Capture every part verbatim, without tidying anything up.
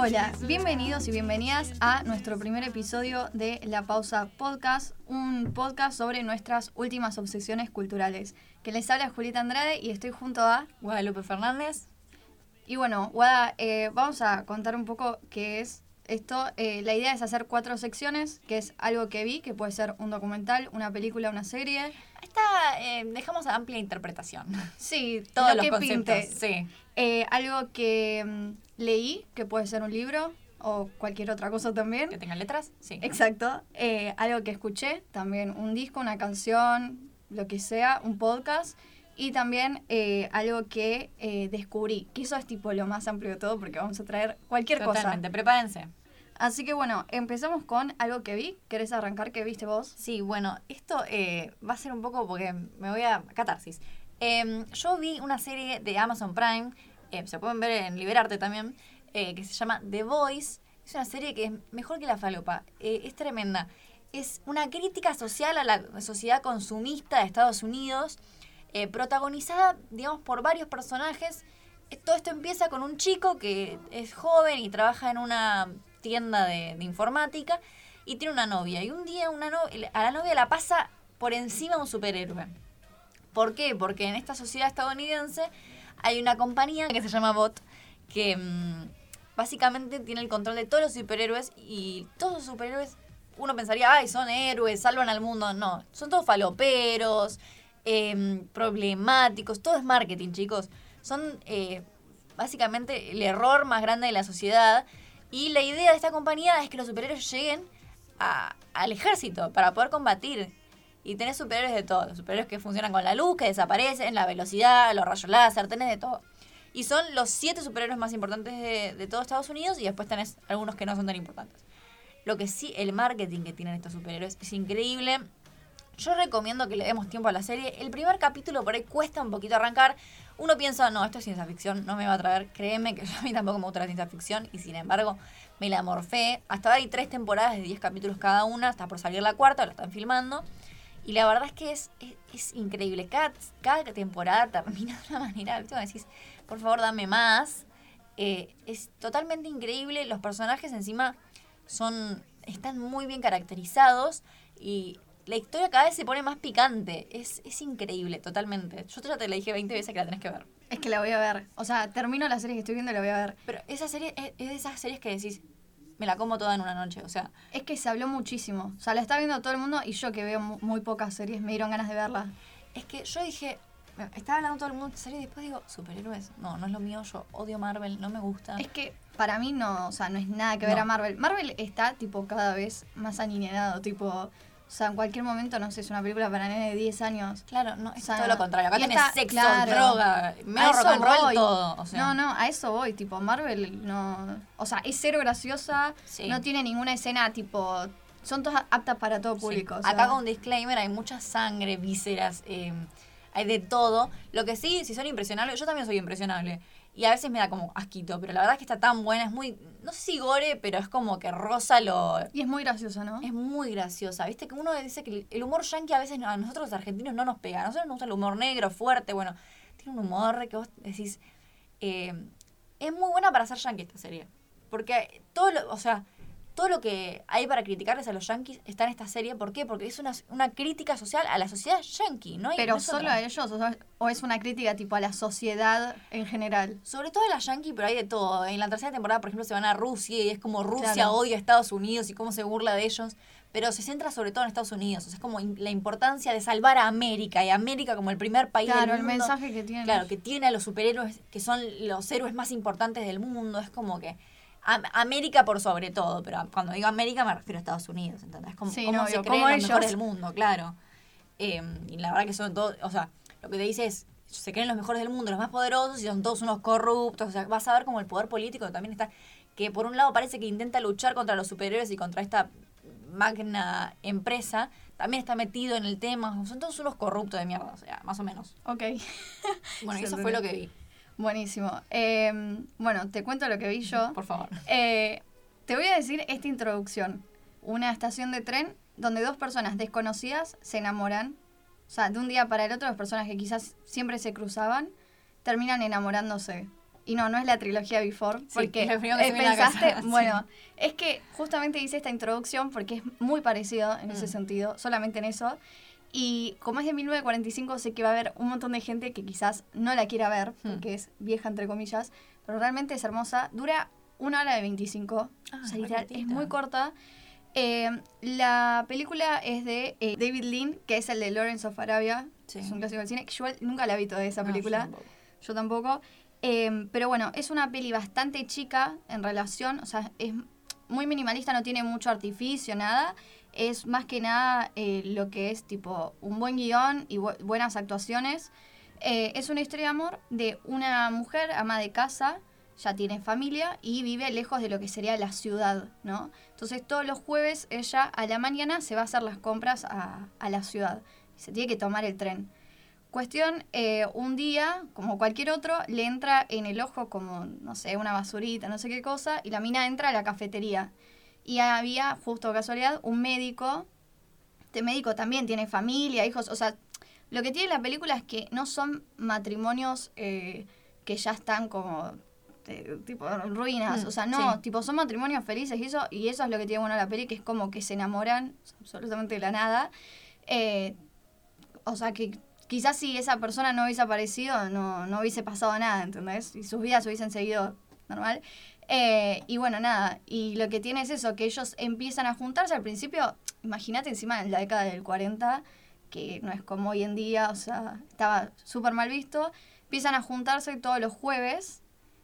Hola, bienvenidos y bienvenidas a nuestro primer episodio de La Pausa Podcast, un podcast sobre nuestras últimas obsesiones culturales. Que les habla Julieta Andrade y estoy junto a Guadalupe Fernández. Y bueno, Guada, eh, vamos a contar un poco qué es esto. Eh, la idea es hacer cuatro secciones, que es algo que vi, que puede ser un documental, una película, una serie. Esta eh, dejamos amplia interpretación. Sí, todos lo los que conceptos. pinte. Sí. Eh, algo que mm, leí, que puede ser un libro o cualquier otra cosa también. Que tengan letras, sí. Exacto. Eh, algo que escuché, también un disco, una canción, lo que sea, un podcast. Y también eh, algo que eh, descubrí, que eso es tipo lo más amplio de todo porque vamos a traer cualquier Totalmente. cosa. Totalmente, prepárense. Así que bueno, empezamos con algo que vi. ¿Querés arrancar? ¿Qué viste vos? Sí, bueno, esto eh, va a ser un poco porque me voy a catarsis. Eh, yo vi una serie de Amazon Prime, eh, se pueden ver en Liberarte también, eh, que se llama The Voice. Es una serie que es mejor que la falopa, eh, es tremenda. Es una crítica social a la sociedad consumista de Estados Unidos, eh, protagonizada, digamos, por varios personajes. Todo esto empieza con un chico que es joven y trabaja en una tienda de, de informática y tiene una novia. Y un día una no, a la novia la pasa por encima un superhéroe. ¿Por qué? Porque en esta sociedad estadounidense hay una compañía que se llama Bot, que mmm, básicamente tiene el control de todos los superhéroes, y todos los superhéroes, uno pensaría, ay, son héroes, salvan al mundo. No, son todos faloperos, eh, problemáticos, todo es marketing, chicos. Son eh, básicamente el error más grande de la sociedad, y la idea de esta compañía es que los superhéroes lleguen a, al ejército para poder combatir. Y tenés superhéroes de todo, los superhéroes que funcionan con la luz, que desaparecen, la velocidad, los rayos láser, tenés de todo. Y son los siete superhéroes más importantes de, de todo Estados Unidos, y después tenés algunos que no son tan importantes. Lo que sí, el marketing que tienen estos superhéroes es increíble. Yo recomiendo que le demos tiempo a la serie. El primer capítulo por ahí cuesta un poquito arrancar. Uno piensa, no, esto es ciencia ficción, no me va a traer. Créeme que yo, a mí tampoco me gusta la ciencia ficción, y sin embargo me la morfé. Hasta ahora hay tres temporadas de diez capítulos cada una, está por salir la cuarta, la están filmando. Y la verdad es que es, es, es increíble. Cada, cada temporada termina de una manera, ¿viste? Decís, por favor, dame más. Eh, es totalmente increíble. Los personajes encima son están muy bien caracterizados, y la historia cada vez se pone más picante. Es, es increíble, totalmente. Yo ya te la dije veinte veces que la tenés que ver. Es que la voy a ver. O sea, termino la serie que estoy viendo y la voy a ver. Pero esa serie es, es de esas series que decís, me la como toda en una noche, o sea. Es que se habló muchísimo. O sea, la está viendo todo el mundo, y yo que veo muy pocas series me dieron ganas de verla. Es que yo dije, estaba hablando todo el mundo de serie, y después digo, superhéroes, no, no es lo mío, yo odio Marvel, no me gusta. Es que para mí no, o sea, no es nada que No. ver a Marvel. Marvel está tipo cada vez más aniñado, tipo, o sea, en cualquier momento, no sé, es una película para nene de diez años. Claro, no, es O sea, todo lo contrario. Acá y tenés esta- sexo, claro. droga, medio A rock eso and roll, voy. todo. O sea. No, no, a eso voy, tipo, Marvel no... O sea, es cero graciosa, Sí. no tiene ninguna escena, tipo... Son todas aptas para todo público. Sí. O sea, Acá con un disclaimer, hay mucha sangre, vísceras, eh, hay de todo. Lo que sí, si son impresionables, yo también soy impresionable. Y a veces me da como asquito, pero la verdad es que está tan buena, es muy, no sé si gore, pero es como que rosa lo... Y es muy graciosa, ¿no? Es muy graciosa. Viste que uno dice que el humor yankee a veces a nosotros los argentinos no nos pega. A nosotros nos gusta el humor negro, fuerte, bueno. Tiene un humor que vos decís... Eh, es muy buena para hacer yankee esta serie. Porque todo lo, o sea, todo lo que hay para criticarles a los yankees está en esta serie. ¿Por qué? Porque es una, una crítica social a la sociedad yankee, ¿no? hay- Pero no es solo otra. a ellos, o, sea, o es una crítica tipo a la sociedad en general. Sobre todo a la yankee, pero hay de todo. En la tercera temporada, por ejemplo, se van a Rusia y es como Rusia Claro. odia a Estados Unidos y cómo se burla de ellos. Pero se centra sobre todo en Estados Unidos. O sea, es como in- la importancia de salvar a América, y América como el primer país Claro, del el mundo. mensaje que tienen. Claro, que tiene a los superhéroes, que son los héroes más importantes del mundo. Es como que a- América por sobre todo, pero cuando digo América me refiero a Estados Unidos, ¿entendés? Como, Sí, cómo no, se digo, creen como los ellos. mejores del mundo, claro. Eh, y la verdad que son todos, o sea, lo que te dice es, se creen los mejores del mundo, los más poderosos, y son todos unos corruptos. O sea, vas a ver como el poder político también está, que por un lado parece que intenta luchar contra los superhéroes y contra esta magna empresa, también está metido en el tema. Son todos unos corruptos de mierda, o sea, más o menos. Ok. Bueno, Se eso entendió. fue lo que vi. Buenísimo. Eh, bueno, te cuento lo que vi yo. Por favor. Eh, te voy a decir esta introducción. Una estación de tren donde dos personas desconocidas se enamoran. O sea, de un día para el otro, dos personas que quizás siempre se cruzaban, terminan enamorándose. Y no, no es la trilogía Before, Sí, porque es lo primero que eh, se me viene a la pensaste, cabeza, sí. bueno, es que justamente hice esta introducción porque es muy parecido en Mm. ese sentido, solamente en eso. Y como es de mil novecientos cuarenta y cinco, sé que va a haber un montón de gente que quizás no la quiera ver, Mm. porque es vieja, entre comillas, pero realmente es hermosa. Dura una hora de veinticinco, Ah, o sea, re literal, es cortita. muy corta. Eh, la película es de eh, David Lean, que es el de Lawrence of Arabia, Sí. es un clásico del cine, que yo nunca la vi toda esa No, película. yo tampoco. Yo tampoco. Eh, pero bueno, es una peli bastante chica en relación, o sea, es muy minimalista, no tiene mucho artificio, nada. Es más que nada eh, lo que es tipo un buen guión y bu- buenas actuaciones. Eh, es una historia de amor de una mujer ama de casa, ya tiene familia y vive lejos de lo que sería la ciudad, ¿no? Entonces todos los jueves ella a la mañana se va a hacer las compras a, a la ciudad. Se tiene que tomar el tren. Cuestión, eh, un día, como cualquier otro, le entra en el ojo como, no sé, una basurita, no sé qué cosa, y la mina entra a la cafetería. Y había, justo casualidad, un médico. Este médico también tiene familia, hijos, o sea, lo que tiene la película es que no son matrimonios eh, que ya están como, eh, tipo, en ruinas, Mm, o sea, no, sí. tipo, son matrimonios felices y eso, y eso es lo que tiene bueno la peli, que es como que se enamoran absolutamente de la nada. Eh, o sea, que quizás si esa persona no hubiese aparecido, no, no hubiese pasado nada, ¿entendés? Y sus vidas hubiesen seguido normal. Eh, y bueno, nada, y lo que tiene es eso, que ellos empiezan a juntarse al principio, imagínate encima en la década del cuarenta, que no es como hoy en día, o sea, estaba súper mal visto, empiezan a juntarse todos los jueves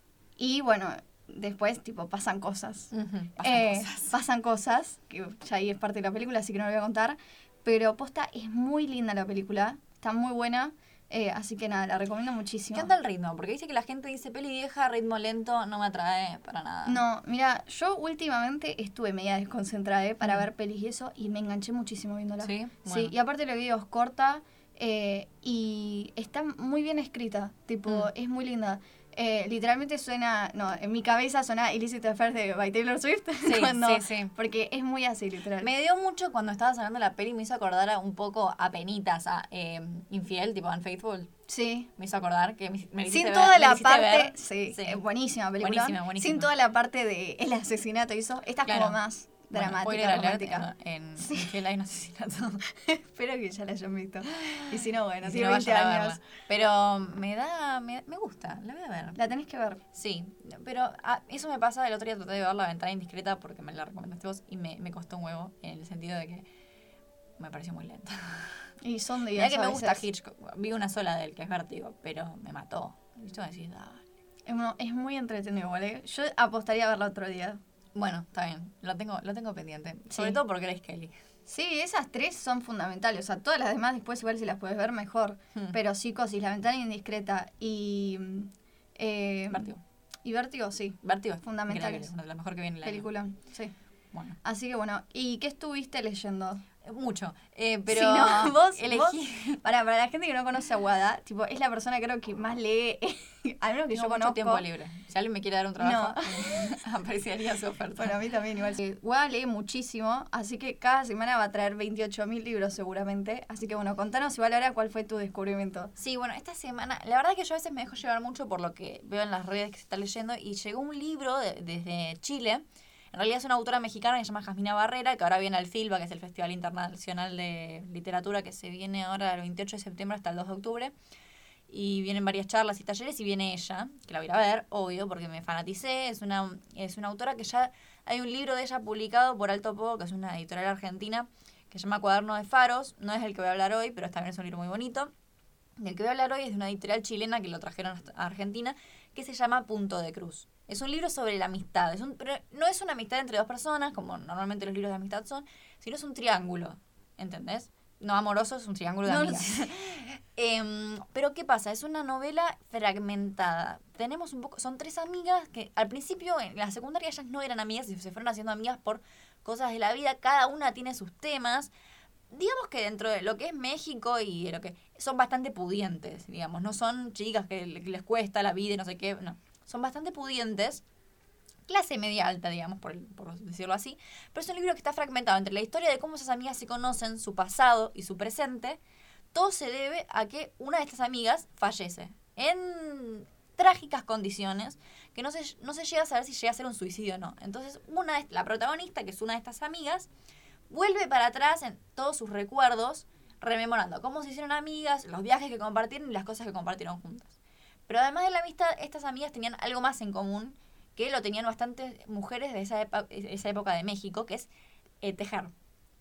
y bueno, después tipo pasan cosas. Ujú, pasan Eh, cosas. pasan cosas, que ya ahí es parte de la película, así que no lo voy a contar. Pero posta, es muy linda la película, está muy buena, eh, así que nada, la recomiendo muchísimo. ¿Qué onda el ritmo? Porque dice que la gente dice peli vieja, ritmo lento, no me atrae para nada. No, mira, yo últimamente estuve media desconcentrada eh, para Mm. ver pelis y eso, y me enganché muchísimo viéndola. ¿Sí? Sí, Bueno. y aparte la video es corta eh, y está muy bien escrita, tipo, Mm. es muy linda. Eh, literalmente suena, no, en mi cabeza suena Illicit Affair de by Taylor Swift. Sí, cuando- sí, sí. Porque es muy así, literal. Me dio mucho cuando estabas hablando de la peli, me hizo acordar a un poco a penitas, a eh, Infiel, tipo Unfaithful. Sí. Me hizo acordar que me, me Sin hiciste toda ver- me la hiciste parte, ver. sí, Sí. es buenísima película. Buenísima, buenísima. Sin toda la parte de el asesinato y eso, esta es Claro. como más Bueno, dramática, spoiler alert, romántica. en, en Infiel hay un asesinato. Espero que ya la hayan visto. Y si no, bueno, Y si tiene no, veinte vayan a años. verla. Pero me da, me, me gusta, la voy a ver. La tenés que ver. Sí, pero ah, eso me pasa, el otro día traté de ver La Ventana Indiscreta porque me la recomendaste vos y me, me costó un huevo en el sentido de que me pareció muy lenta. Y son Mira días que a me gusta veces. Hitchcock, vi una sola de él que es Vértigo, pero me mató. Y tú decís, ah, Es, mu- es muy entretenido, ¿vale? Yo apostaría a verla otro día. bueno, está bien, lo tengo, lo tengo pendiente. Sobre Sí. todo porque Grace Kelly. Sí, esas tres son fundamentales. O sea, todas las demás después igual si las puedes ver mejor. Hmm. Pero Psicosis, La Ventana Indiscreta y... mm, Eh, Vértigo. Y Vértigo, sí. Vértigo es Fundamentales. increíble, una de las mejor que viene el año. Película, sí. Bueno, Así que bueno, ¿y qué estuviste leyendo? mucho. Eh, pero Si no, vos, elegí. vos- para, para la gente que no conoce a Wada, tipo, es la persona creo que más lee, al menos que Tengo yo mucho conozco. tiempo libre. Si alguien me quiere dar un trabajo, apreciaría su oferta. Bueno, a mí también igual. Eh, Wada lee muchísimo, así que cada semana va a traer veintiocho mil libros seguramente. Así que bueno, contanos igual ahora cuál fue tu descubrimiento. Sí, bueno, esta semana, la verdad es que yo a veces me dejo llevar mucho por lo que veo en las redes que se está leyendo y llegó un libro de- desde Chile. En realidad es una autora mexicana que se llama Jasmina Barrera, que ahora viene al FILBA, que es el Festival Internacional de Literatura, que se viene ahora del veintiocho de septiembre hasta el dos de octubre. Y vienen varias charlas y talleres y viene ella, que la voy a ir a ver, obvio, porque me fanaticé. Es una, es una autora que ya hay un libro de ella publicado por Alto Pogo, que es una editorial argentina, que se llama Cuaderno de Faros. No es el que voy a hablar hoy, pero también es un libro muy bonito. Del que voy a hablar hoy es de una editorial chilena que lo trajeron hasta- a Argentina, que se llama Punto de Cruz. Es un libro sobre la amistad, es un, pero no es una amistad entre dos personas, como normalmente los libros de amistad son, sino es un triángulo, ¿entendés? No amoroso, es un triángulo de No, amigas. Em, pero ¿qué pasa? Es una novela fragmentada. Tenemos un poco, son tres amigas que al principio en la secundaria ellas no eran amigas y se fueron haciendo amigas por cosas de la vida, cada una tiene sus temas. Digamos que dentro de lo que es México y de lo que son bastante pudientes, digamos, no son chicas que le- que les cuesta la vida y no sé qué, no, son bastante pudientes, clase media alta, digamos, por, por decirlo así, pero es un libro que está fragmentado entre la historia de cómo esas amigas se conocen, su pasado y su presente. Todo se debe a que una de estas amigas fallece en trágicas condiciones que no se, no se llega a saber si llega a ser un suicidio o no. Entonces, una de, la protagonista, que es una de estas amigas, vuelve para atrás en todos sus recuerdos, rememorando cómo se hicieron amigas, los viajes que compartieron y las cosas que compartieron juntas. Pero además de la amistad, estas amigas tenían algo más en común, que lo tenían bastantes mujeres de esa, epa, esa época de México, que es eh, tejer.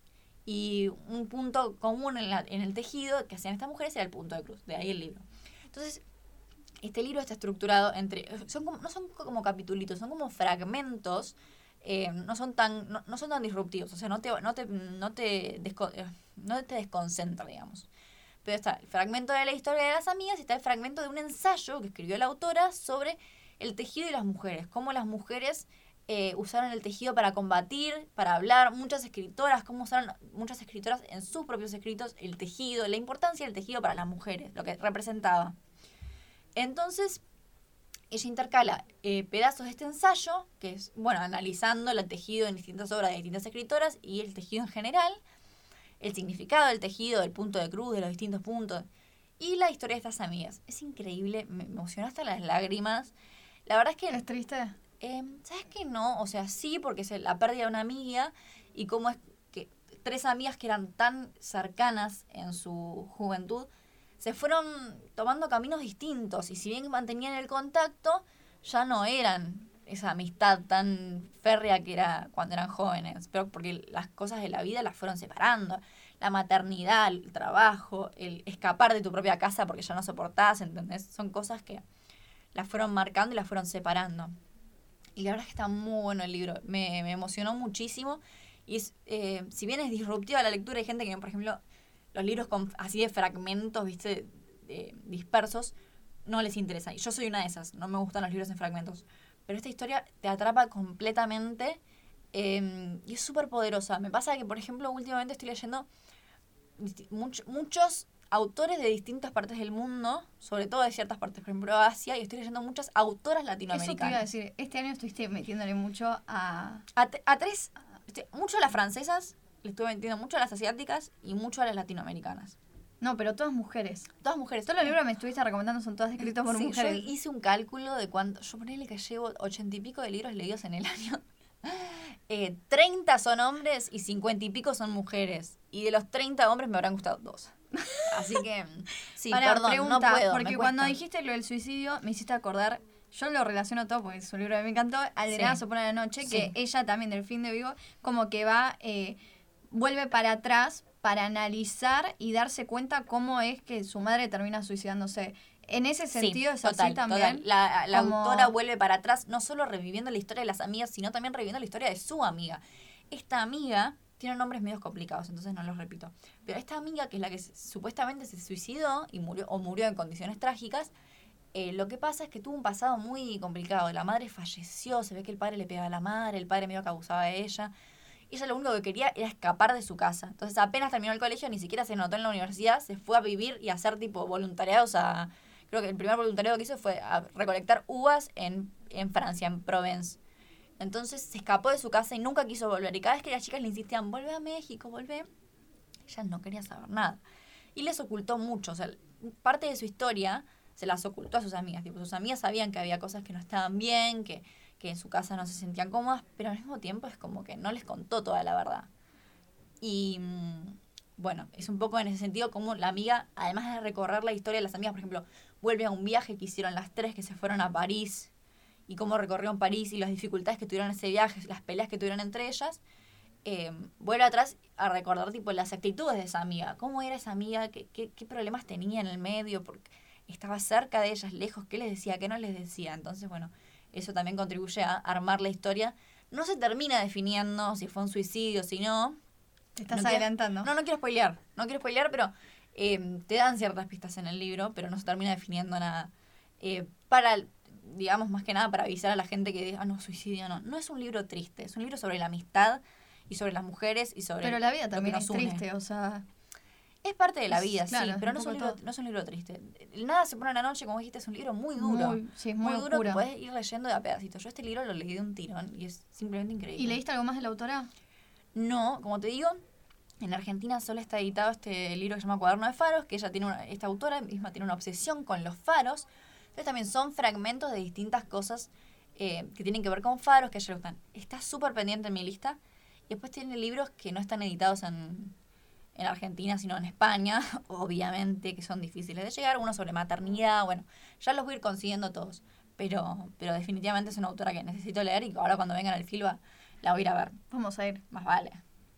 Y un punto común en, la, en el tejido que hacían estas mujeres era el punto de cruz, de ahí el libro. Entonces, este libro está estructurado entre... Son como, no son como capitulitos, son como fragmentos, eh, no son tan no, no son tan disruptivos, o sea, no te no te, no te, desco, no te desconcentra, digamos. Pero está el fragmento de la historia de las amigas y está el fragmento de un ensayo que escribió la autora sobre el tejido y las mujeres, cómo las mujeres... Eh, usaron el tejido para combatir, para hablar, muchas escritoras, cómo usaron muchas escritoras en sus propios escritos el tejido, la importancia del tejido para las mujeres, lo que representaba. Entonces, ella intercala eh, pedazos de este ensayo, que es, bueno, analizando el tejido en distintas obras de distintas escritoras y el tejido en general, el significado del tejido, del punto de cruz, de los distintos puntos, y la historia de estas amigas. Es increíble, me emocionó hasta las lágrimas. La verdad es que... ¿Es triste? Eh, ¿Sabes qué? No, o sea, sí, porque es la pérdida de una amiga y cómo es que tres amigas que eran tan cercanas en su juventud se fueron tomando caminos distintos y si bien mantenían el contacto, ya no eran esa amistad tan férrea que era cuando eran jóvenes, pero porque las cosas de la vida las fueron separando. La maternidad, el trabajo, el escapar de tu propia casa porque ya no soportás, ¿entendés? Son cosas que las fueron marcando y las fueron separando. Y la verdad es que está muy bueno el libro. Me, me emocionó muchísimo. Y es, eh, si bien es disruptiva la lectura, hay gente que, por ejemplo, los libros con, así de fragmentos, viste, de, dispersos, no les interesa. Y yo soy una de esas. No me gustan los libros en fragmentos. Pero esta historia te atrapa completamente eh, y es súper poderosa. Me pasa que, por ejemplo, últimamente estoy leyendo much, muchos autores de distintas partes del mundo, sobre todo de ciertas partes, por ejemplo, Asia, y estoy leyendo muchas autoras latinoamericanas. Eso te iba a decir, este año estuviste metiéndole mucho a... A, a tres, mucho a las francesas, le estuve metiendo mucho a las asiáticas y mucho a las latinoamericanas. No, pero todas mujeres. Todas mujeres. Todos los libros que me estuviste recomendando son todos escritos por sí, mujeres. Yo hice un cálculo de cuánto... Yo ponele que llevo ochenta y pico de libros leídos en el año. eh, treinta son hombres y cincuenta y pico son mujeres. Y de los treinta hombres me habrán gustado dos. Así que, sí, Para, perdón, pregunta, no puedo, porque cuando dijiste lo del suicidio, me hiciste acordar, yo lo relaciono todo porque es un libro que me encantó, Al de Sí. nada se pone la noche, Sí. que ella también del fin de Vigo, como que va, eh, vuelve para atrás para analizar y darse cuenta cómo es que su madre termina suicidándose. En ese sentido sí, es total, así también. total. La, la como- autora vuelve para atrás, no solo reviviendo la historia de las amigas, sino también reviviendo la historia de su amiga. Esta amiga tiene nombres medios complicados, entonces no los repito. Pero esta amiga, que es la que se- supuestamente se suicidó y murió o murió en condiciones trágicas, eh, lo que pasa es que tuvo un pasado muy complicado. La madre falleció, se ve que el padre le pegaba a la madre, el padre medio que abusaba de ella. Ella lo único que quería era escapar de su casa. Entonces apenas terminó el colegio, ni siquiera se anotó en la universidad, se fue a vivir y a hacer tipo voluntariados a... Creo que el primer voluntariado que hizo fue a recolectar uvas en, en Francia, en Provence. Entonces se escapó de su casa y nunca quiso volver. Y cada vez que las chicas le insistían, vuelve a México, vuelve, ella no quería saber nada. Y les ocultó mucho. O sea, parte de su historia se las ocultó a sus amigas. Tipo, sus amigas sabían que había cosas que no estaban bien, que, que en su casa no se sentían cómodas, pero al mismo tiempo es como que no les contó toda la verdad. Y bueno, es un poco en ese sentido como la amiga, además de recorrer la historia de las amigas, por ejemplo, vuelve a un viaje que hicieron las tres, que se fueron a París, y cómo recorrieron París y las dificultades que tuvieron en ese viaje, las peleas que tuvieron entre ellas, eh, vuelve atrás a recordar tipo las actitudes de esa amiga, cómo era esa amiga, qué, qué, qué problemas tenía en el medio, porque estaba cerca de ellas, lejos, qué les decía, qué no les decía. Entonces, bueno, eso también contribuye a armar la historia. No se termina definiendo si fue un suicidio, si no. Te estás No quiero- adelantando. No, no quiero spoilear, no quiero spoilear, pero eh, te dan ciertas pistas en el libro, pero no se termina definiendo nada. Eh, para, digamos, más que nada para avisar a la gente que diga, ah, no, suicidio no. No es un libro triste, es un libro sobre la amistad y sobre las mujeres y sobre Pero la vida lo que también nos es une. triste, o sea... Es parte de la Es- vida, claro, sí, pero un no es, un poco libro, todo. no es un libro triste. El Nada se pone en la noche, como dijiste, es un libro muy duro. Muy, sí, es muy, duro que oscura. podés ir leyendo de a pedacitos. Yo este libro lo leí de un tirón y es simplemente increíble. ¿Y leíste algo más de la autora? No, como te digo, en Argentina solo está editado este libro que se llama Cuaderno de Faros, que ella tiene una, esta autora misma tiene una obsesión con los faros. Entonces también son fragmentos de distintas cosas eh, que tienen que ver con faros, que a ella le gustan. Está súper pendiente en mi lista. Y después tiene libros que no están editados en, en Argentina, sino en España, obviamente, que son difíciles de llegar. Uno sobre maternidad, bueno, ya los voy a ir consiguiendo todos. Pero, pero definitivamente es una autora que necesito leer y que ahora cuando vengan al Filba la voy a ir a ver. Vamos a ir. Más vale.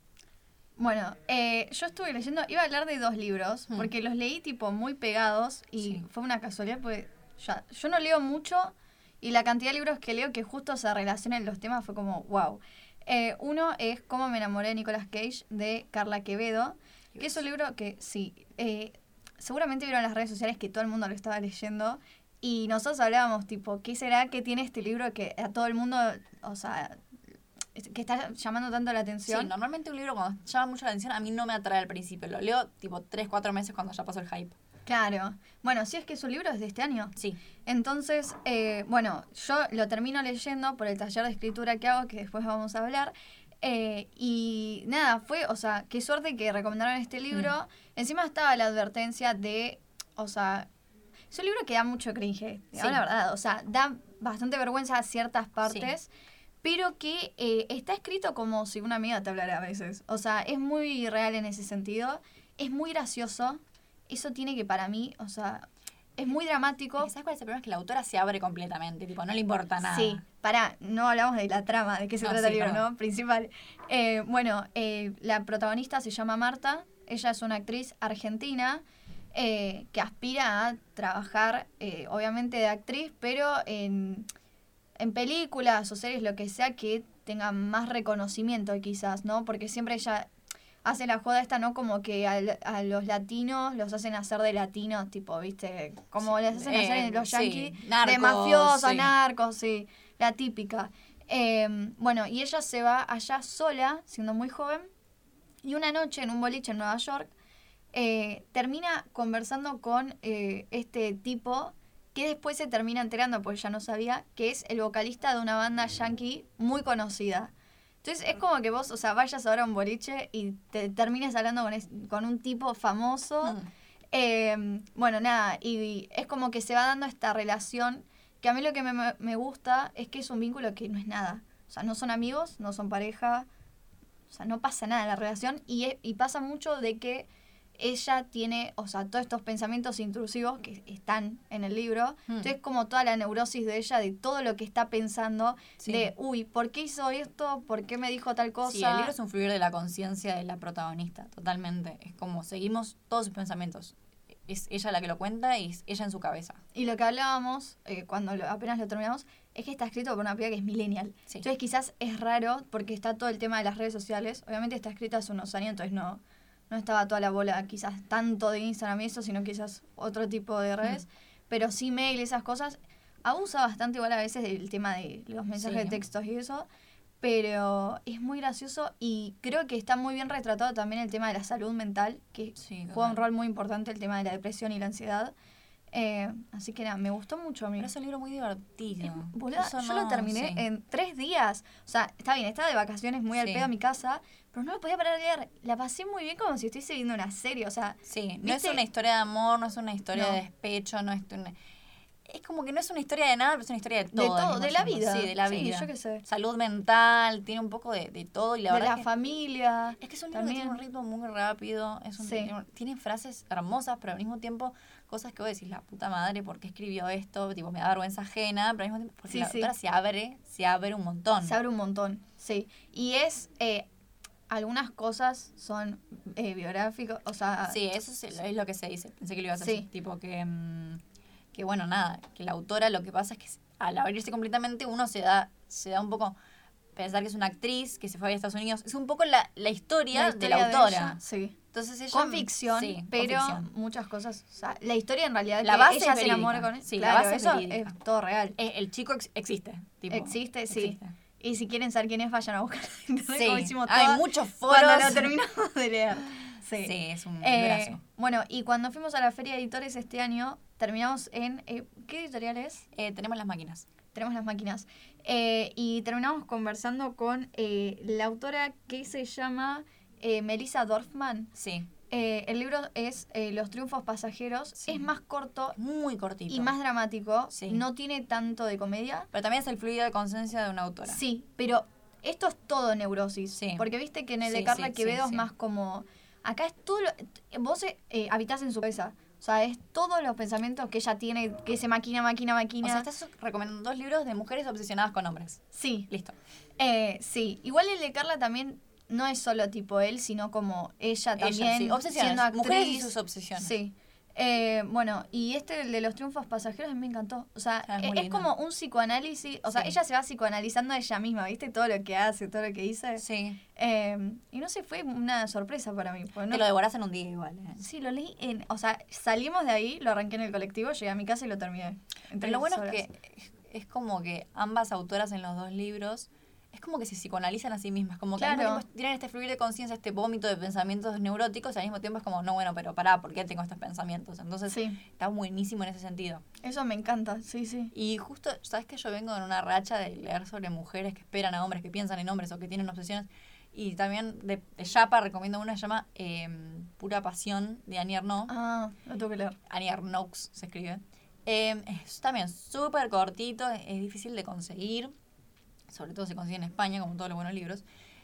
Bueno, eh, yo estuve leyendo, iba a hablar de dos libros, Hmm. porque los leí tipo muy pegados y Sí. fue una casualidad, porque ya, yo no leo mucho y la cantidad de libros que leo que justo se relacionan los temas fue como, wow. Eh, uno es Cómo me enamoré de Nicolas Cage, de Carla Quevedo, que es un libro que sí, eh, seguramente vieron en las redes sociales que todo el mundo lo estaba leyendo y nosotros hablábamos tipo, ¿qué será que tiene este libro que a todo el mundo, o sea, que está llamando tanto la atención? Sí, normalmente un libro cuando llama mucho la atención a mí no me atrae al principio. Lo leo tipo tres, cuatro meses cuando ya pasó el hype. Claro. Bueno, sí, es que su libro es de este año. Sí. Entonces, eh, bueno, yo lo termino leyendo por el taller de escritura que hago, que después vamos a hablar. Eh, y nada, fue, o sea, qué suerte que recomendaron este libro. Mm. Encima estaba la advertencia de, o sea, es un libro que da mucho cringe, Sí. la verdad. O sea, da bastante vergüenza a ciertas partes. Pero que eh, está escrito como si una amiga te hablara a veces. O sea, es muy real en ese sentido. Es muy gracioso. Eso tiene que para mí, o sea, es muy dramático. Es que ¿sabes cuál es el problema? Es que la autora se abre completamente, tipo, no le importa nada. Sí, pará, no hablamos de la trama, de qué se No, trata sí, el libro, perdón. ¿no? Principal. Eh, bueno, eh, la protagonista se llama Marta. Ella es una actriz argentina eh, que aspira a trabajar, eh, obviamente, de actriz, pero en... en películas o series, lo que sea, que tenga más reconocimiento quizás, ¿no? Porque siempre ella hace la joda esta, ¿no? Como que al- a, los latinos los hacen hacer de latinos, tipo, ¿viste? Como Sí, les hacen eh, hacer en los sí, yankees, de narcos, mafiosos, sí. narcos, sí, la típica. Eh, bueno, y ella se va allá sola, siendo muy joven, y una noche en un boliche en Nueva York, eh, termina conversando con eh, este tipo que después se termina enterando, porque ya no sabía, que es el vocalista de una banda yankee muy conocida. Entonces es como que vos, o sea, vayas ahora a un boliche y te termines hablando con, es- con un tipo famoso. Mm. Eh, bueno, nada, y es como que se va dando esta relación que a mí lo que me, me- me gusta es que es un vínculo que no es nada. O sea, no son amigos, no son pareja, o sea, no pasa nada en la relación y, es- y pasa mucho de que ella tiene, o sea, todos estos pensamientos intrusivos que están en el libro. Hmm. Entonces, como toda la neurosis de ella, de todo lo que está pensando, Sí. de, uy, ¿por qué hizo esto? ¿Por qué me dijo tal cosa? Sí, el libro es un fluir de la conciencia de la protagonista, totalmente. Es como seguimos todos sus pensamientos. Es ella la que lo cuenta y es ella en su cabeza. Y lo que hablábamos, eh, cuando lo- apenas lo terminamos, es que está escrito por una piba que es millennial. Sí. Entonces, quizás es raro porque está todo el tema de las redes sociales. Obviamente está escrito hace unos años, entonces no, no estaba toda la bola quizás tanto de Instagram y eso, sino quizás otro tipo de redes. Mm. Pero sí, mail, esas cosas. Abusa bastante igual a veces del tema de los mensajes Sí. de textos y eso. Pero es muy gracioso y creo que está muy bien retratado también el tema de la salud mental, que Sí, juega un total. rol muy importante el tema de la depresión y la ansiedad. Eh, así que nada, me gustó mucho a mí. Pero es un libro muy divertido. Es- boluda, Eso yo no, lo terminé sí. en tres días. O sea, está bien, estaba de vacaciones muy al Sí. pedo a mi casa, pero no lo podía parar de leer. La pasé muy bien como si estuviese viendo una serie. O sea, Sí, no es ¿viste? una historia de amor, no es una historia No. de despecho, no es una... Es como que no es una historia de nada, pero es una historia de de todo. al todo, mismo de la tiempo. vida. Sí, de la Sí, vida. yo qué sé. Salud mental, tiene un poco de, de todo y la de verdad la es que... familia. Es que es un libro que también. tiene un ritmo muy rápido, es un, Sí. tiene, tiene frases hermosas, pero al mismo tiempo cosas que vos decís, la puta madre, ¿por qué escribió esto? Tipo, me da vergüenza ajena, pero al mismo tiempo, porque Sí, la sí. autora se abre, se abre un montón. Se abre un montón, sí. Y es, eh, algunas cosas son eh, biográficas, o sea... Sí, eso es, es lo que se dice. Pensé que lo ibas a Sí. decir. Tipo que, mm, que, bueno, nada, que la autora lo que pasa es que al abrirse completamente uno se da, se da un poco pensar que es una actriz que se fue a Estados Unidos. Es un poco la, la, historia, la historia de la autora. ella, sí. Entonces ella, Con ficción, sí, con pero ficción. muchas cosas. O sea, la historia en realidad La que base ella es se enamora verídica. con él. Sí, la claro, base es eso verídica. es todo real. Eh, el chico ex- existe. Tipo, Existe, sí. existe. Y si quieren saber quién es, vayan a buscar. Entonces, Sí, como hicimos hay todas muchos foros. cuando lo terminamos de leer. Sí. Sí, es un Eh, librazo. bueno, y cuando fuimos a la Feria de Editores este año, terminamos en... eh, ¿qué editorial es? Eh, tenemos las máquinas. Tenemos las máquinas. Eh, y terminamos conversando con eh, la autora que se llama eh, Melissa Dorfman. Sí. Eh, el libro es eh, Los triunfos pasajeros. Sí. Es más corto Muy cortito. y más dramático. Sí. No tiene tanto de comedia. Pero también es el fluido de conciencia de una autora. Sí, pero esto es todo neurosis. Sí. Porque viste que en el Sí, de Carla sí, Quevedo sí, es sí. más como... Acá es todo lo... Vos eh, habitás en su cabeza. O sea, es todos los pensamientos que ella tiene, que se maquina, maquina, O maquina. sea, estás recomendando dos libros de mujeres obsesionadas con hombres. Sí. Listo. Eh, sí. Igual el de Carla también no es solo tipo él, sino como ella también. Ella, sí. Obsesiones. Siendo actriz. Mujeres y sus obsesiones. Sí. Eh, bueno, y este, el de los triunfos pasajeros, a mí me encantó. O sea, Ah, es es, muy es lindo. como un psicoanálisis. O sea, Sí. ella se va psicoanalizando a ella misma, ¿viste? Todo lo que hace, todo lo que dice. Sí. Eh, y no sé, fue una sorpresa para mí. porque no- Te lo devorás en un día igual. ¿eh? Sí, lo leí en... O sea, salimos de ahí, lo arranqué en el colectivo, llegué a mi casa y lo terminé. en Pero tres lo bueno horas. es que es- es como que ambas autoras en los dos libros es como que se psicoanalizan a sí mismas, como que al Claro. mismo tiempo tienen este fluir de conciencia, este vómito de pensamientos neuróticos, y al mismo tiempo es como, no, bueno, pero pará, ¿por qué tengo estos pensamientos? Entonces Sí, está buenísimo en ese sentido. eso me encanta, sí, sí. Y justo, ¿sabes que yo vengo en una racha de leer sobre mujeres que esperan a hombres, que piensan en hombres o que tienen obsesiones? Y también de, de Yapa recomiendo una que se llama eh, Pura Pasión, de Annie Ernaux. Ah, lo tengo que leer. Annie Ernaux se escribe. Eh, es también súper cortito, es, es difícil de conseguir, sobre todo se consigue en España, como todos los buenos libros.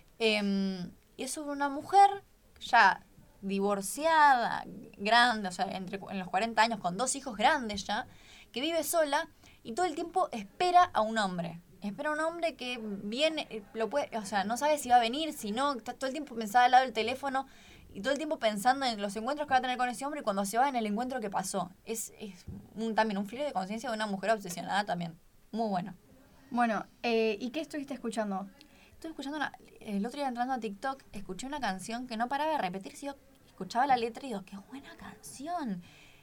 Eh, y es sobre una mujer ya divorciada, grande, o sea, entre, en los cuarenta años, con dos hijos grandes ya, que vive sola y todo el tiempo espera a un hombre. Espera a un hombre que viene, eh, lo puede, o sea, no sabe si va a venir, si no, está todo el tiempo pensada al lado del teléfono y todo el tiempo pensando en los encuentros que va a tener con ese hombre y cuando se va en el encuentro que pasó. Es, es un, también un fluir de conciencia de una mujer obsesionada también. Muy bueno. Bueno, eh, ¿y qué estuviste escuchando? Estuve escuchando una, el otro día entrando a TikTok, escuché una canción que no paraba de repetirse. Yo escuchaba la letra y digo, qué buena canción.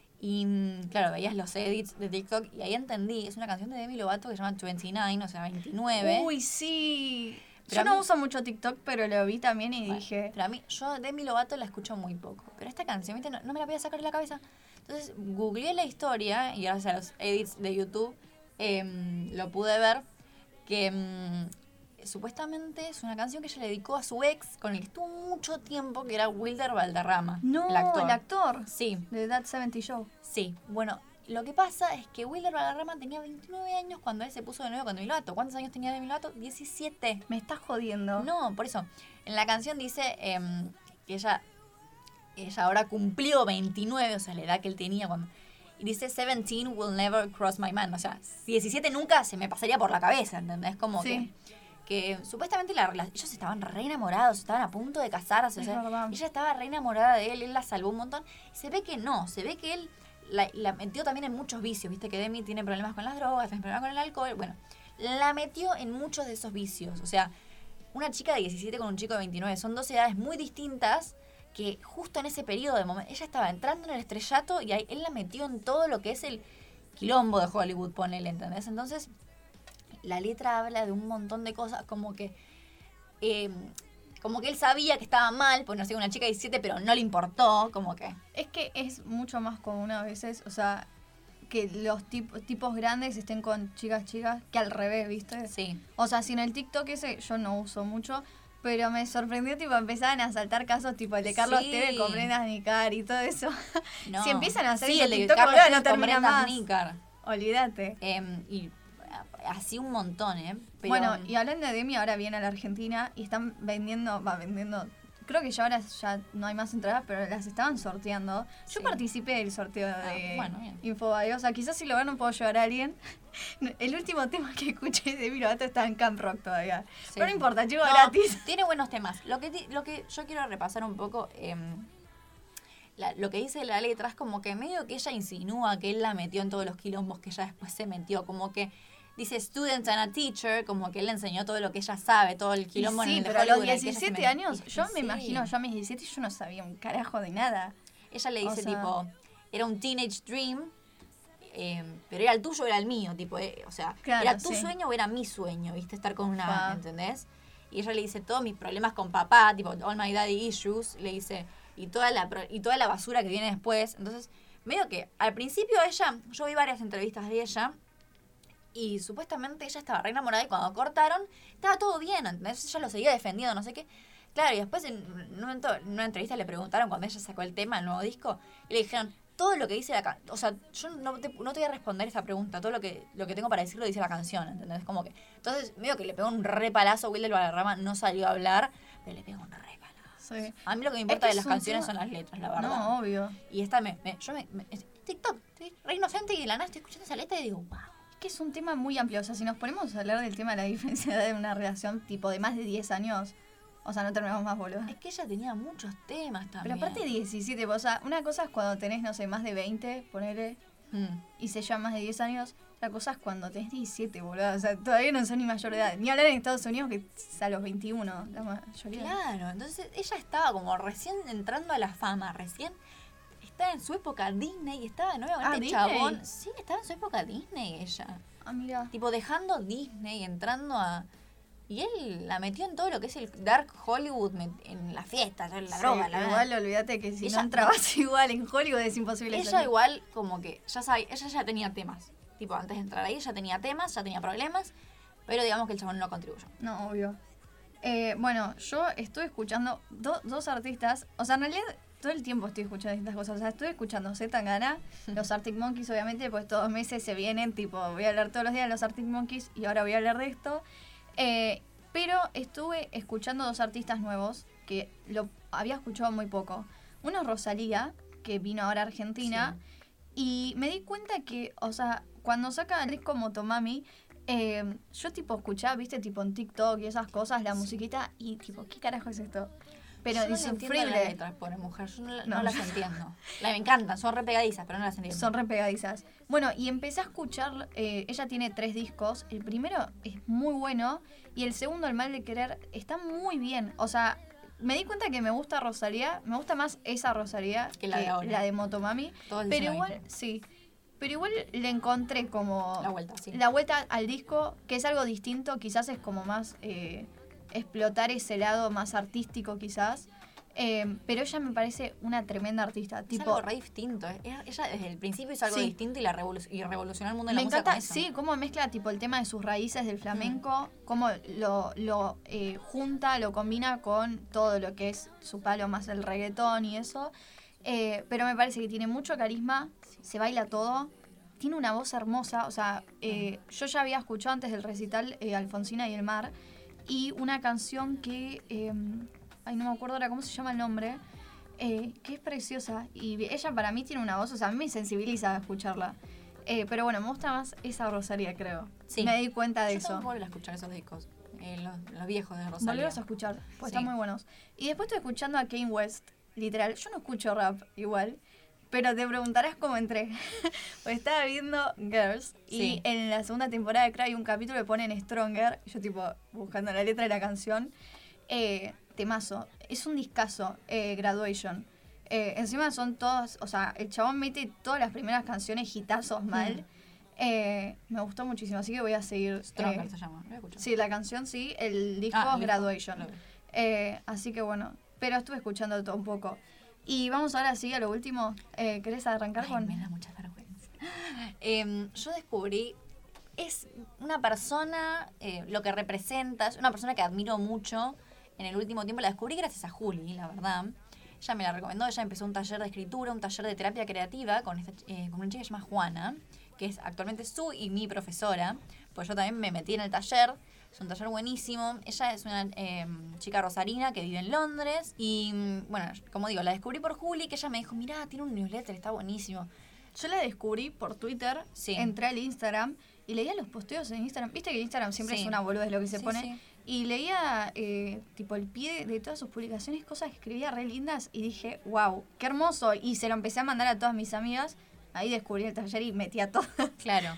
Y mm, claro, veías los edits de TikTok y ahí entendí. Es una canción de Demi Lovato que se llama veintinueve, o sea, veintinueve. Uy, sí. Pero Yo a no mí- uso mucho TikTok, pero lo vi también y Bueno, dije... pero a mí, yo Demi Lovato la escucho muy poco. Pero esta canción, ¿viste? No, no me la podía sacar de la cabeza. Entonces, googleé la historia y gracias a los edits de YouTube em, lo pude ver. Que em, supuestamente es una canción que ella le dedicó a su ex, con el que estuvo mucho tiempo, que era Wilder Valderrama. No, el actor. el actor Sí, de That setenta Show. sí. Bueno, lo que pasa es que Wilder Valderrama tenía veintinueve años cuando él se puso de nuevo con Demi Lovato. ¿Cuántos años tenía Demi Lovato? diecisiete. Me estás jodiendo. No, por eso. En la canción dice em, que ella, ella ahora cumplió veintinueve, o sea, la edad que él tenía cuando... Y dice, seventeen will never cross my mind. O sea, diecisiete nunca se me pasaría por la cabeza, ¿entendés? Como Sí. que, que supuestamente la relación... Ellos estaban re enamorados, estaban a punto de casarse. Es o sea, verdad. ella estaba re enamorada de él, él la salvó un montón. Se ve que no, se ve que él la, la metió también en muchos vicios. Viste que Demi tiene problemas con las drogas, tiene problemas con el alcohol. Bueno, la metió en muchos de esos vicios. O sea, una chica de diecisiete con un chico de veintinueve son dos edades muy distintas que justo en ese periodo de momento ella estaba entrando en el estrellato y ahí él la metió en todo lo que es el quilombo de Hollywood, ponele, ¿entendés? Entonces, la letra habla de un montón de cosas como que eh, como que él sabía que estaba mal, pues no sé, una chica de diecisiete, pero no le importó, como que... Es que es mucho más común a veces, o sea, que los tip- tipos grandes estén con chicas chicas que al revés, ¿viste? Sí. O sea, si en el TikTok ese yo no uso mucho, pero me sorprendió, tipo, empezaban a saltar casos tipo el de Carlos Sí. Tevez con Brenda Nicar y todo eso. No. Si empiezan a hacer sí, ese el de TikTok, Carlos boludo, Tevez no con termina Brenda más. Snicker. Olvídate. Eh, y a- así un montón, ¿eh? Pero, Bueno, y hablando de Demi, ahora viene a la Argentina y están vendiendo, va vendiendo, creo que ya ahora ya no hay más entradas, pero las estaban sorteando. Yo Sí. participé del sorteo Ah, de bueno, bien. Infobae, o sea, quizás si lo gano puedo llevar a alguien. El último tema que escuché de Demi Lovato estaba en Camp Rock todavía. Sí. Pero no importa, chico, No, gratis. Tiene buenos temas. Lo que, ti- lo que yo quiero repasar un poco, eh, la- lo que dice la letra es como que medio que ella insinúa que él la metió en todos los quilombos que ella después se metió, como que dice student and a teacher, como que él le enseñó todo lo que ella sabe, todo el Y quilombo en sí, el de pero a los Hollywood en el que ella se diecisiete metió. años, Y yo me sí. imagino, yo a mis diecisiete yo no sabía un carajo de nada. Ella le O dice sea- tipo, era un teenage dream, eh, pero era el tuyo o era el mío, tipo, eh, o sea, Claro, era tu sí. sueño o era mi sueño, viste, estar con una, Pa. ¿entendés? Y ella le dice todos mis problemas con papá, tipo, all my daddy issues, le dice, y toda la pro- y toda la basura que viene después. Entonces, medio que al principio ella, yo vi varias entrevistas de ella, y supuestamente ella estaba re enamorada y cuando cortaron, estaba todo bien, ¿entendés? Ella lo seguía defendiendo, no sé qué. Claro, y después en un momento, en una entrevista le preguntaron cuando ella sacó el tema, el nuevo disco, y le dijeron, todo lo que dice la canción, o sea, yo no te, no te voy a responder esta pregunta, todo lo que lo que tengo para decir lo dice la canción, ¿entendés? Como que, entonces, medio que le pegó un repalazo, Will del Valderrama no salió a hablar, pero le pegó un repalazo. Sí. A mí lo que me importa Es que de las es un canciones tema- son las letras, la verdad. No, obvio. Y esta me, me- yo me, me- es- TikTok, estoy re inocente y de la nada estoy escuchando esa letra y digo, wow. Es que es un tema muy amplio. O sea, si nos ponemos a hablar del tema de la diferencia de una relación tipo de más de diez años, o sea, no terminamos más, boludo. Es que ella tenía muchos temas también. Pero aparte diecisiete, o sea, una cosa es cuando tenés, no sé, más de veinte, ponele, Mm. y se llevan más de diez años. Otra cosa es cuando tenés diecisiete, boludo. O sea, todavía no son ni mayor de edad. Ni hablar en Estados Unidos, que es a los veintiuno, la mayoría. Claro, entonces ella estaba como recién entrando a la fama, recién estaba en su época Disney, estaba de nuevo con Ah, este Disney. chabón. Sí, estaba en su época Disney ella. Ah, mira. Tipo dejando Disney, entrando a... Y él la metió en todo lo que es el Dark Hollywood, met- en la fiesta, en la Sí, droga, la igual olvídate que si Ella- no entrabas igual en Hollywood es imposible Ella salir. igual como que, ya sabía, ella ya tenía temas. Tipo, antes de entrar ahí ya tenía temas, ya tenía problemas, pero digamos que el chabón no contribuyó. No, obvio. Eh, bueno, yo estuve escuchando do- dos artistas, o sea, en realidad todo el tiempo estoy escuchando distintas cosas. O sea, estuve escuchando Z Tangana, los Arctic Monkeys, obviamente, pues todos los meses se vienen, tipo, voy a hablar todos los días de los Arctic Monkeys y ahora voy a hablar de esto. Eh, pero estuve escuchando dos artistas nuevos que lo había escuchado muy poco. Uno es Rosalía, que vino ahora a Argentina, y me di cuenta que, o sea, cuando saca el disco Motomami, eh, yo tipo escuchaba, viste, tipo en TikTok y esas cosas, la musiquita, y tipo, ¿qué carajo es esto? Pero yo no le entiendo las insufrible. letras, pobre mujer, yo no, la- No. no las entiendo. La, me encantan, son re pegadizas, pero no las entiendo. Son re pegadizas. Bueno, y empecé a escuchar, eh, ella tiene tres discos, el primero es muy bueno, y el segundo, El Mal de Querer, está muy bien. O sea, me di cuenta que me gusta Rosalía, me gusta más esa Rosalía Que la de ahora. la de Motomami, Todos dicen pero lo igual, mismo. sí, pero igual le encontré como... La vuelta, sí. La vuelta al disco, que es algo distinto, quizás es como más eh, explotar ese lado más artístico quizás, eh, pero ella me parece una tremenda artista. Es Tipo, algo re distinto. eh. Ella, ella desde el principio hizo algo Sí. distinto y, la revolu- y revolucionó el mundo de me la música encanta, con eso. sí, cómo mezcla tipo el tema de sus raíces del flamenco, cómo lo, lo eh, junta, lo combina con todo lo que es su palo más el reggaetón y eso. Eh, pero me parece que tiene mucho carisma, se baila todo, tiene una voz hermosa, o sea, eh, yo ya había escuchado antes del recital eh, Alfonsina y el mar, y una canción que, eh, ay, no me acuerdo ahora cómo se llama el nombre, eh, que es preciosa, y ella para mí tiene una voz, o sea, a mí me sensibiliza escucharla. Eh, pero bueno, me gusta más esa Rosalía, creo. Sí. Me di cuenta de Yo eso. tengo que volver a escuchar esos discos, eh, los, los viejos de Rosalía. Volvemos a escuchar, pues Sí. están muy buenos. Y después estoy escuchando a Kanye West, literal. Yo no escucho rap igual, pero te preguntarás cómo entré. Pues estaba viendo Girls y Sí. en la segunda temporada creo hay un capítulo que ponen Stronger. Y yo tipo buscando la letra de la canción. Eh, temazo. Es un discazo, eh, Graduation. Eh, encima son todos, o sea, el chabón mete todas las primeras canciones hitazos mal. Mm. Eh, me gustó muchísimo, así que voy a seguir. Stronger eh, se llama, lo he escuchado. Sí, la canción sí, el disco Ah, el disco. Graduation. Lo vi. Eh, así que bueno, pero estuve escuchando todo un poco. Y vamos ahora sí a lo último. Eh, ¿Querés arrancar Ay, con...? me da mucha vergüenza. Em, yo descubrí, es una persona, eh, lo que representa, es una persona que admiro mucho. En el último tiempo la descubrí gracias a Juli, la verdad. Ella me la recomendó, ella empezó un taller de escritura, un taller de terapia creativa con, esta, ch- eh, con una chica que se llama Juana, que es actualmente su y mi profesora. Pues yo también me metí en el taller. Es un taller buenísimo. Ella es una eh, chica rosarina que vive en Londres. Y mm, bueno, como digo, la descubrí por Juli, que ella me dijo, mirá, tiene un newsletter, está buenísimo. Yo la descubrí por Twitter, Sí. entré al Instagram y leía los posteos en Instagram. Viste que Instagram siempre Sí. es una boluda, es lo que se Sí, pone. sí. Y leía, eh, tipo, el pie de todas sus publicaciones, cosas que escribía re lindas y dije, wow, qué hermoso. Y se lo empecé a mandar a todas mis amigas. Ahí descubrí el taller y metí a todas. Claro.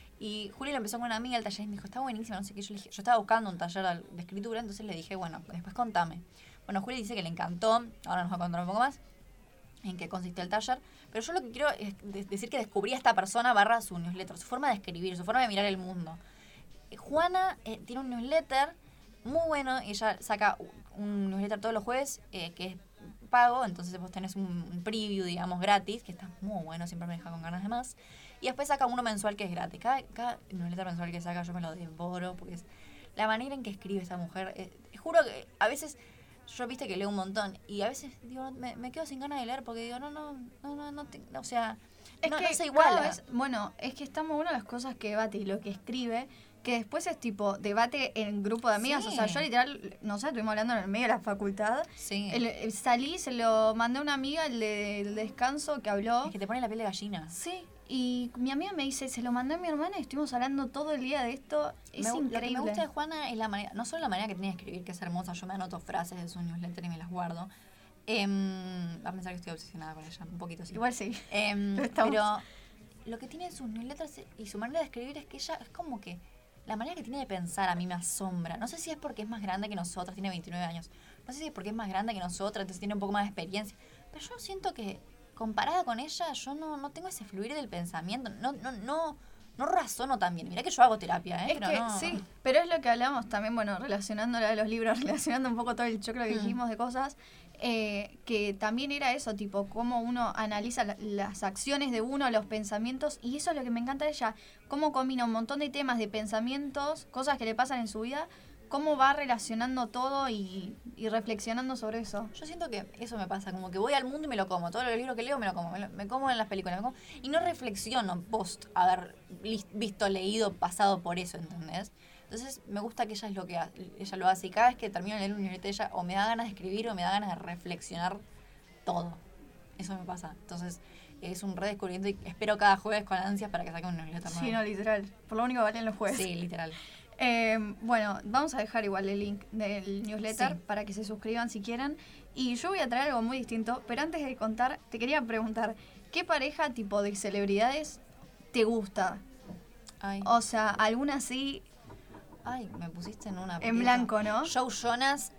Y Juli lo empezó con una amiga al taller y me dijo, está buenísimo, no sé qué. Yo le dije, yo estaba buscando un taller al- de escritura, entonces le dije, bueno, después contame. Bueno, Juli dice que le encantó, ahora nos va a contar un poco más en qué consistió el taller. Pero yo lo que quiero es de- decir que descubrí a esta persona barra su newsletter, su forma de escribir, su forma de mirar el mundo. Eh, Juana eh, tiene un newsletter muy bueno, ella saca u- un newsletter todos los jueves eh, que es pago, entonces vos tenés un, un preview, digamos, gratis, que está muy bueno, siempre me deja con ganas de más. Y después saca uno mensual que es gratis. Cada, cada newsletter mensual que saca yo me lo devoro, porque es la manera en que escribe esta mujer. Eh, juro que a veces yo viste que leo un montón y a veces digo, me, me quedo sin ganas de leer porque digo, no, no, no, no, no, te, o sea, es no, que no se iguala. cada vez- bueno, es que está muy bueno las cosas que debate y lo que escribe, que después es tipo debate en grupo de amigas. Sí. O sea, yo literal, no sé, estuvimos hablando en el medio de la facultad. Sí. El- el- salí, se lo mandé a una amiga, el de- el descanso, que habló. Es que te pone la piel de gallina. Sí, y mi amiga me dice, se lo mandé a mi hermana y estuvimos hablando todo el día de esto. Es Me gu- increíble. Lo que me gusta de Juana es la manera, no solo la manera que tiene de escribir, que es hermosa, yo me anoto frases de su newsletter y me las guardo. Em, va a pensar que estoy obsesionada con ella, un poquito sí. Igual sí. Em, Pero estamos- pero lo que tiene sus newsletters y su manera de escribir es que ella es como que la manera que tiene de pensar a mí me asombra. No sé si es porque es más grande que nosotras, tiene veintinueve años. No sé si es porque es más grande que nosotras, entonces tiene un poco más de experiencia. Pero yo siento que comparada con ella, yo no, no tengo ese fluir del pensamiento. No, no, no, no razono tan bien. Mirá que yo hago terapia, ¿eh? Es pero que no. sí, pero es lo que hablamos también, bueno, relacionándolo a los libros, relacionando un poco todo el choclo que Mm. dijimos de cosas, eh, que también era eso, tipo, cómo uno analiza la- las acciones de uno, los pensamientos, y eso es lo que me encanta de ella, cómo combina un montón de temas de pensamientos, cosas que le pasan en su vida, cómo va relacionando todo y, y reflexionando sobre eso. Yo siento que eso me pasa, como que voy al mundo y me lo como. Todos los libros que leo me lo como. Me, lo- me como en las películas. Me como, y no reflexiono post haber lis- visto, leído, pasado por eso, ¿entendés? Entonces me gusta que ella es lo que ha- ella lo hace. Y cada vez que termino de leer un libro de ella, o me da ganas de escribir o me da ganas de reflexionar todo. Eso me pasa. Entonces es un redescubrimiento y espero cada jueves con ansias para que saque un newsletter nuevo. Sí, no, literal. Por lo único valen los jueves. Sí, literal. Eh, bueno, vamos a dejar igual el link del newsletter Sí. para que se suscriban si quieren. Y yo voy a traer algo muy distinto, pero antes de contar, te quería preguntar, ¿qué pareja tipo de celebridades te gusta? Ay, O sea, alguna así ay, me pusiste en una. en aprieto. blanco, ¿no? Joe Jonas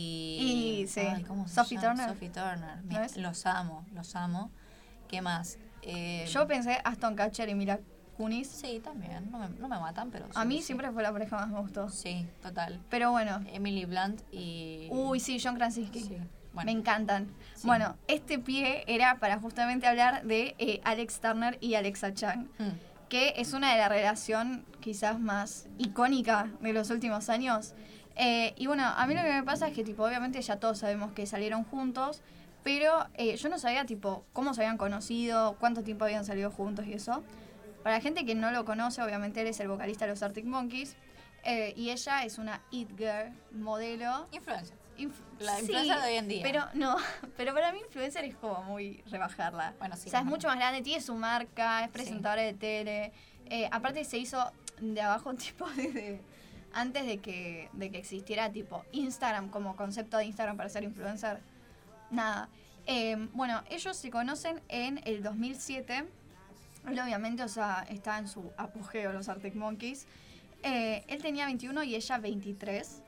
y... Y, sí, Ay, ¿cómo se Sophie llama? Turner. Sophie Turner. ¿No Me- es? los amo, los amo. ¿Qué más? Eh, Yo pensé Aston Kutcher y Mila Kunis. Sí, también. No me, no me matan, pero... A sí, mí sí. siempre fue la pareja más me gustó. Sí, total. Pero bueno, Emily Blunt y... uy, sí, John Krasinski. Sí, Me bueno. encantan. Sí. Bueno, este pie era para justamente hablar de eh, Alex Turner y Alexa Chung, Mm. que es una de la relación quizás más icónica de los últimos años. Eh, y bueno, a mí lo que me pasa es que tipo, obviamente ya todos sabemos que salieron juntos, pero eh, yo no sabía tipo cómo se habían conocido, cuánto tiempo habían salido juntos y eso. Para la gente que no lo conoce, obviamente él es el vocalista de los Arctic Monkeys, eh, y ella es una it girl, modelo. Influencer. Inf- La sí, influencer de hoy en día. Pero no, pero para mí influencer es como muy rebajarla. Bueno, sí, o sea, es no. mucho más grande, tiene su marca, es presentadora de tele. Eh, aparte se hizo de abajo tipo desde antes de que, de que existiera tipo Instagram como concepto de Instagram para ser influencer. Nada. Eh, bueno, ellos se conocen en el dos mil siete. Él obviamente, o sea, está en su apogeo, los Arctic Monkeys. Eh, él tenía veintiuno y ella veintitrés.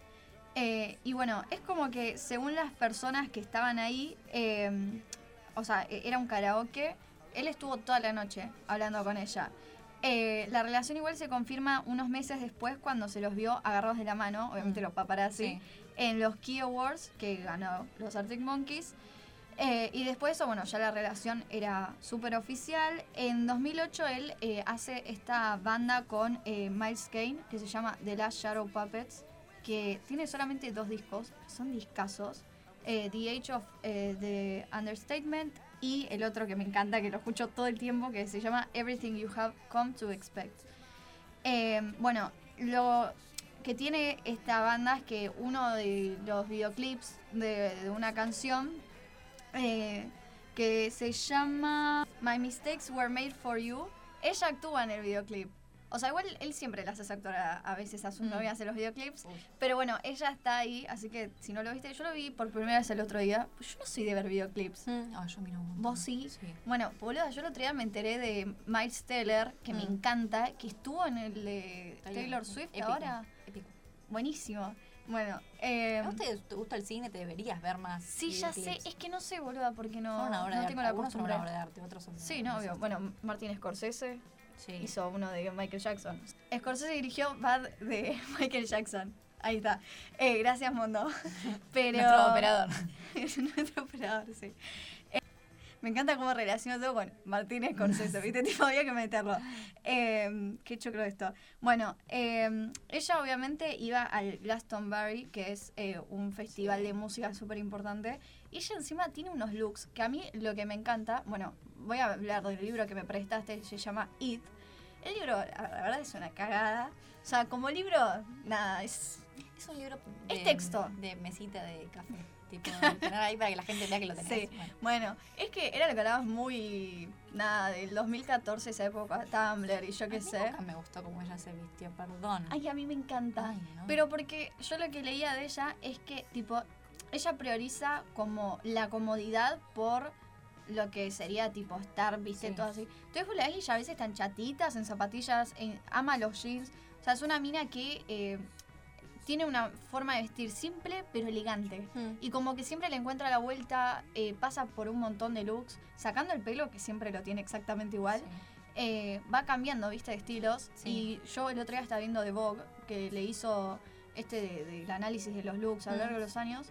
Eh, y bueno, es como que según las personas que estaban ahí, eh, o sea, e- era un karaoke, él estuvo toda la noche hablando con ella. Eh, la relación igual se confirma unos meses después cuando se los vio agarrados de la mano, obviamente Mm. los paparazzi, Sí. en los Key Awards que ganó los Arctic Monkeys. Eh, y después de eso, bueno, ya la relación era súper oficial. En dos mil ocho él eh, hace esta banda con eh, Miles Kane que se llama The Last Shadow Puppets, que tiene solamente dos discos, son discazos. Eh, The Age of eh, the Understatement y el otro que me encanta, que lo escucho todo el tiempo, que se llama Everything You Have Come to Expect. Eh, bueno, lo que tiene esta banda es que uno de los videoclips de, de una canción eh, que se llama My Mistakes Were Made For You, ella actúa en el videoclip. O sea, igual él siempre las hace actuar a, a veces a sus Mm. novias en los videoclips. Uy. Pero bueno, ella está ahí, así que si no lo viste, yo lo vi por primera vez el otro día. Pues yo no soy de ver videoclips. Mm. Ay, yo miro un montón. ¿Vos sí? Sí. Bueno, boluda, yo el otro día me enteré de Miles Teller, que me Mm. encanta, que estuvo en el de Está Taylor bien. Swift Épico, ahora. épico. Buenísimo. Bueno, eh, ¿A vos te, te gusta el cine? Te deberías ver más. sí, ya sé. videoclips. Es que no sé, boluda, porque no, Son una obra no de tengo arte. la Algunos son costumbre. una obra de arte, otros son... Sí, no, obvio. Bueno, Martin Scorsese Sí. hizo uno de Michael Jackson. Scorsese dirigió Bad de Michael Jackson. Ahí está. Eh, gracias, Mondo. Pero... Nuestro operador. Es nuestro operador, sí. Eh, Me encanta cómo relaciono todo con Martínez Scorsese, ¿viste? Tipo, había que meterlo. Eh, qué choclo esto. Bueno, eh, ella obviamente iba al Glastonbury, que es eh, un festival de música súper importante, y ella encima tiene unos looks que a mí lo que me encanta, bueno, voy a hablar del libro que me prestaste, se llama It. El libro, la verdad, es una cagada. O sea, como libro, nada, es... Es un libro de, es texto. De mesita de café. Tipo, de tener ahí para que la gente vea que lo tenés. Sí, bueno. bueno, es que era lo que hablabas muy, nada, del dos mil catorce, esa época, Tumblr y yo qué sé. Nunca me gustó cómo ella se vistió, perdón. Ay, a mí me encanta. Ay, no. Pero porque yo lo que leía de ella es que, tipo, ella prioriza como la comodidad por lo que sería, tipo, estar, viste, sí. todo así. Entonces vos la ves y ella a veces están chatitas, en zapatillas, en, ama los jeans. O sea, es una mina que... Eh, tiene una forma de vestir simple pero elegante. Mm. Y como que siempre le encuentra la vuelta, eh, pasa por un montón de looks, sacando el pelo, que siempre lo tiene exactamente igual. Sí. Eh, va cambiando, viste, de estilos. Sí. Y yo el otro día estaba viendo The Vogue, que le hizo este del de, de análisis de los looks a lo largo mm. de los años,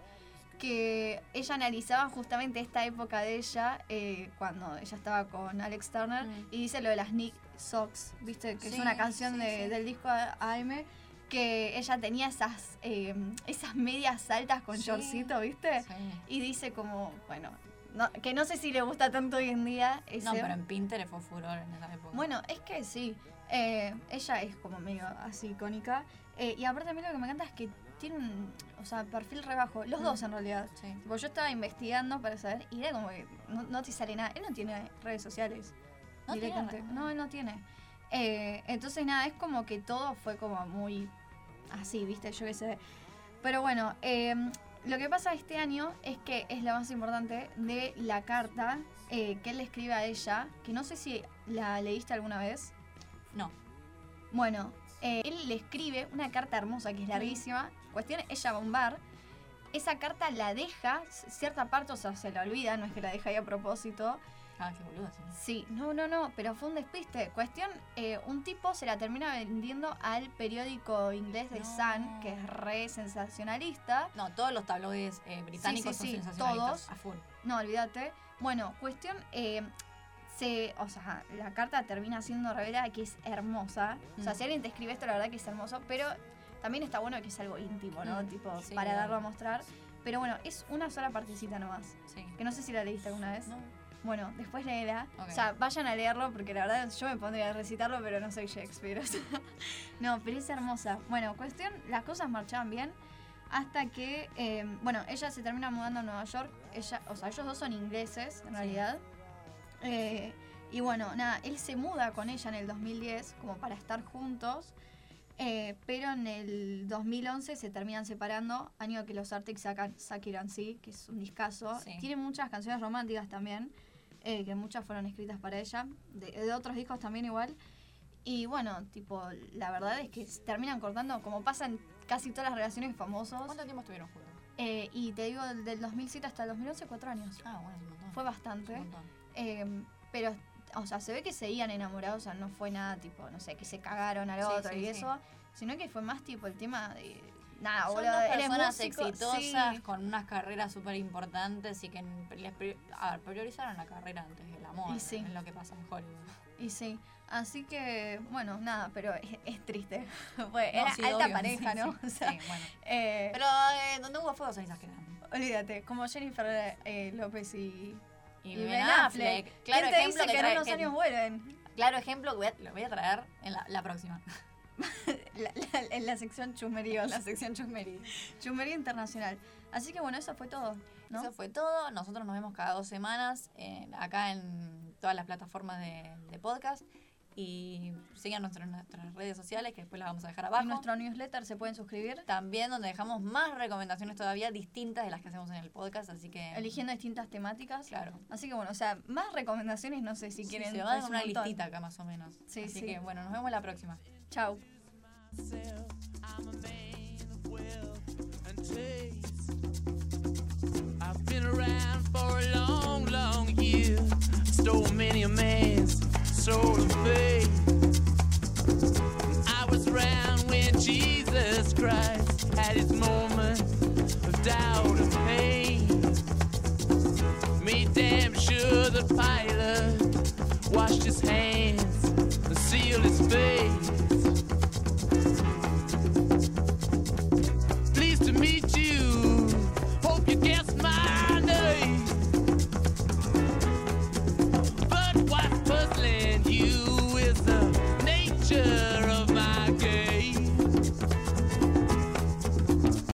que ella analizaba justamente esta época de ella, eh, cuando ella estaba con Alex Turner, mm. y dice lo de las Nick Socks, viste, que sí, es una canción sí, de, sí. del disco A M, que ella tenía esas eh, esas medias altas con sí, shortcito, ¿viste? Sí. Y dice como, bueno, no, que no sé si le gusta tanto hoy en día. Ese. No, pero en Pinterest fue furor en esa época. Bueno, es que sí, eh, ella es como medio así icónica. Eh, y aparte a mí lo que me encanta es que tiene un, o sea, perfil re bajo. Los mm. dos en realidad. Sí. Tipo, yo estaba investigando para saber y era como que no, no te sale nada. Él no tiene redes sociales. No directamente. tiene. No, él no tiene. Eh, entonces nada, es como que todo fue como muy así, viste, yo qué sé. Pero bueno, eh, lo que pasa este año es que es lo más importante de la carta eh, que él le escribe a ella, que no sé si la leíste alguna vez. No. Bueno, eh, él le escribe una carta hermosa que es larguísima. Cuestión, ella va a un bar. Esa carta la deja, cierta parte, o sea, se la olvida, no es que la deja ahí a propósito. Ah, qué boludo. Sí. sí, no, no, no, pero fue un despiste. Cuestión, eh, un tipo se la termina vendiendo al periódico inglés The no. Sun, que es re sensacionalista. No, todos los tabloides eh, británicos sí, sí, sí, son sensacionalistas. Todos. A full. No, olvídate. Bueno, cuestión, eh, se, o sea, la carta termina siendo revelada que es hermosa. Mm. O sea, si alguien te escribe esto, la verdad que es hermoso, pero también está bueno que es algo íntimo, ¿no? Mm. Tipo, sí, para darlo a mostrar. Pero bueno, es una sola partecita nomás. Sí. Que no sé si la leíste alguna vez. No. Bueno, después léela. Okay. O sea, vayan a leerlo porque la verdad yo me pondría a recitarlo, pero no soy Shakespeare. O sea, no, pero es hermosa. Bueno, cuestión, las cosas marchaban bien hasta que, eh, bueno, ella se termina mudando a Nueva York. Ella, o sea, ellos dos son ingleses, en sí. realidad. Eh, y bueno, nada, él se muda con ella en el dos mil diez como para estar juntos. Eh, pero en el dos mil once se terminan separando, año que los Arctic sacan Suck It and See, que es un discazo. Sí. Tiene muchas canciones románticas también, eh, que muchas fueron escritas para ella, de, de otros discos también igual. Y bueno, tipo, la verdad es que se terminan cortando, como pasa en casi todas las relaciones famosos. ¿Cuánto tiempo estuvieron juntos? Eh, y te digo, del dos mil siete hasta el dos mil once, cuatro años. Ah, bueno, es un montón. Fue bastante. Es un montón. Eh, pero... O sea, se ve que seguían enamorados, o sea, no fue nada tipo, no sé, que se cagaron al otro sí, sí, y eso, sí. sino que fue más tipo el tema de, nada, son boludo, dos él es personas músico, exitosas, sí. con unas carreras súper importantes y que les a ver, priorizaron la carrera antes del amor, y sí. es lo que pasa en Hollywood. Y sí, así que, bueno, nada, pero es, es triste, fue, no, era sí, alta obvio, pareja, sí, ¿no? Sí, o sea, sí, bueno. Eh, pero eh, donde hubo fuego cenizas quedan. Olvídate, como Jennifer eh, López y... Y, y Ben Affleck. Affleck. Claro te ejemplo dice que, que en unos que, años vuelven. Claro ejemplo que voy a, lo voy a traer en la, la próxima. la, la, en la sección chusmerío. En la sección chusmerío. Chusmerío internacional. Así que bueno, eso fue todo, ¿no? Eso fue todo. Nosotros nos vemos cada dos semanas eh, acá en todas las plataformas de, de podcast. Y sigan nuestras, nuestras redes sociales, que después las vamos a dejar abajo. En nuestro newsletter se pueden suscribir. También donde dejamos más recomendaciones todavía distintas de las que hacemos en el podcast, así que... Eligiendo distintas temáticas. Claro. Así que bueno, o sea, más recomendaciones, no sé si sí, quieren... Se va a dar una listita acá más o menos. Sí, así sí. que bueno, nos vemos la próxima. Chau. I've been around for a long, long year. Stole many a man's soul of faith. I was around when Jesus Christ had his moment of doubt and pain. Made damn sure the his hands and seal his face. Pleased to meet you. Hope you guessed my name. But what's puzzling you is the nature